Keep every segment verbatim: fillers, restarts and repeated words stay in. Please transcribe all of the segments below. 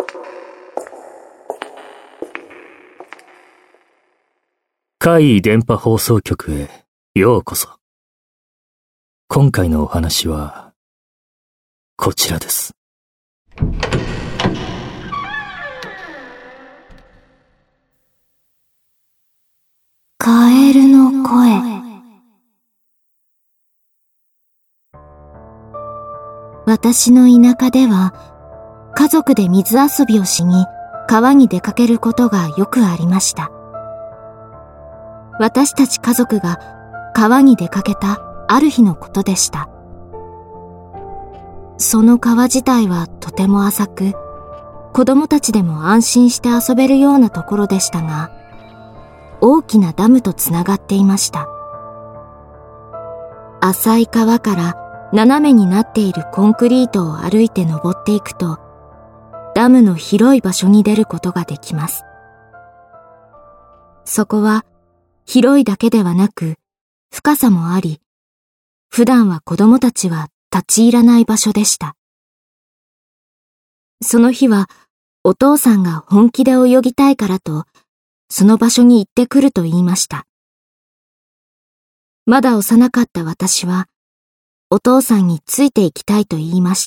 怪異電波放送局へようこそ。今回のお話はこちらです。 カエルの声。私の田舎では家族で水遊びをしに川に出かけることがよくありました。私たち家族が川に出かけたある日のことでした。その川自体はとても浅く、子供たちでも安心して遊べるようなところでしたが、大きなダムとつながっていました。浅い川から斜めになっているコンクリートを歩いて登っていくと、ダムの広い場所に出ることができます。そこは広いだけではなく、深さもあり、普段は子供たちは立ち入らない場所でした。その日は、お父さんが本気で泳ぎたいからと、その場所に行ってくると言いました。まだ幼かった私は、お父さんについて行きたいと言いました。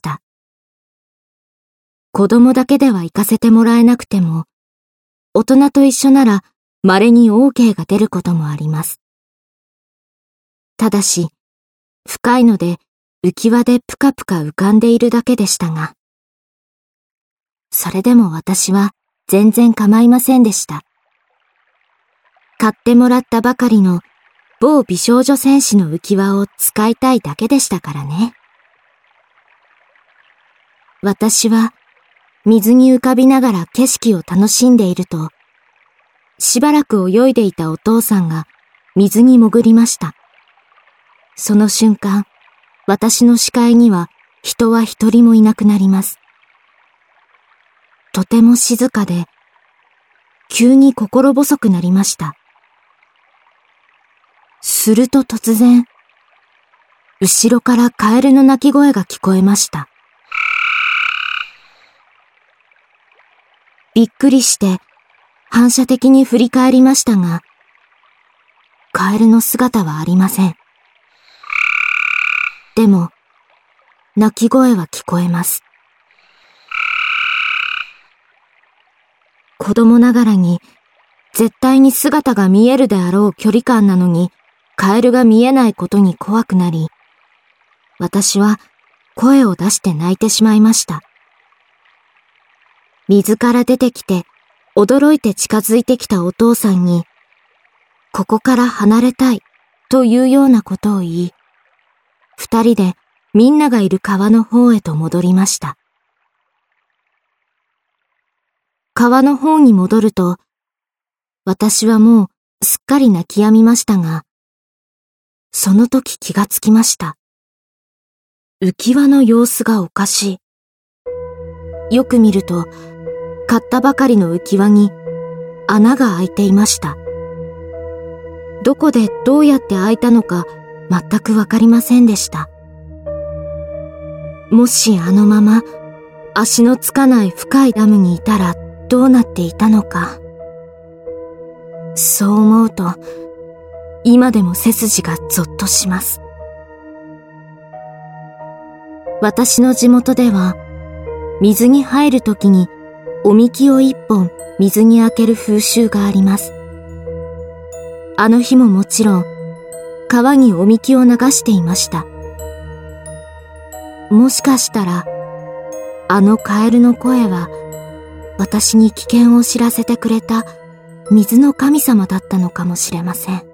子供だけでは行かせてもらえなくても、大人と一緒なら、稀に オーケー が出ることもあります。ただし、深いので浮き輪でぷかぷか浮かんでいるだけでしたが、それでも私は全然構いませんでした。買ってもらったばかりの某美少女戦士の浮き輪を使いたいだけでしたからね。私は水に浮かびながら景色を楽しんでいると、しばらく泳いでいたお父さんが水に潜りました。その瞬間、私の視界には人は一人もいなくなります。とても静かで、急に心細くなりました。すると突然、後ろからカエルの鳴き声が聞こえました。びっくりして、反射的に振り返りましたが、カエルの姿はありません。でも、鳴き声は聞こえます。子供ながらに、絶対に姿が見えるであろう距離感なのに、カエルが見えないことに怖くなり、私は声を出して泣いてしまいました。水から出てきて、驚いて近づいてきたお父さんに、ここから離れたいというようなことを言い、二人でみんながいる川の方へと戻りました。川の方に戻ると、私はもうすっかり泣き止みましたが、その時気がつきました。浮き輪の様子がおかしい。よく見ると、買ったばかりの浮き輪に穴が開いていました。どこでどうやって開いたのか全くわかりませんでした。もしあのまま足のつかない深いダムにいたらどうなっていたのか。そう思うと今でも背筋がゾッとします。私の地元では水に入るときにおみきを一本水にあける風習があります。あの日ももちろん川におみきを流していました。もしかしたらあのカエルの声は私に危険を知らせてくれた水の神様だったのかもしれません。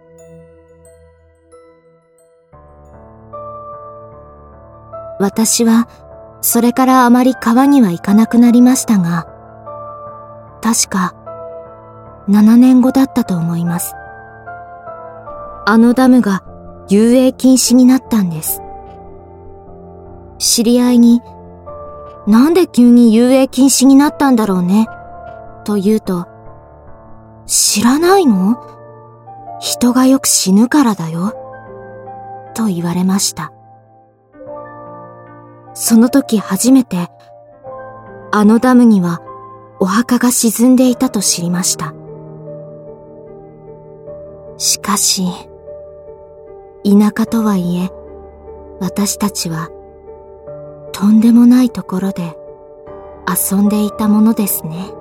私はそれからあまり川には行かなくなりましたが、確かななねんごだったと思います。あのダムが遊泳禁止になったんです。知り合いに、なんで急に遊泳禁止になったんだろうね、と言うと、知らないの？人がよく死ぬからだよ、と言われました。その時初めて、あのダムにはお墓が沈んでいたと知りました。しかし、田舎とはいえ、私たちはとんでもないところで遊んでいたものですね。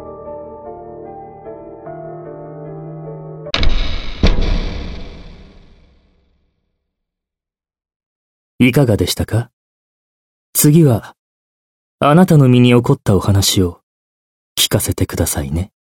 いかがでしたか？次は、あなたの身に起こったお話を聞かせてくださいね。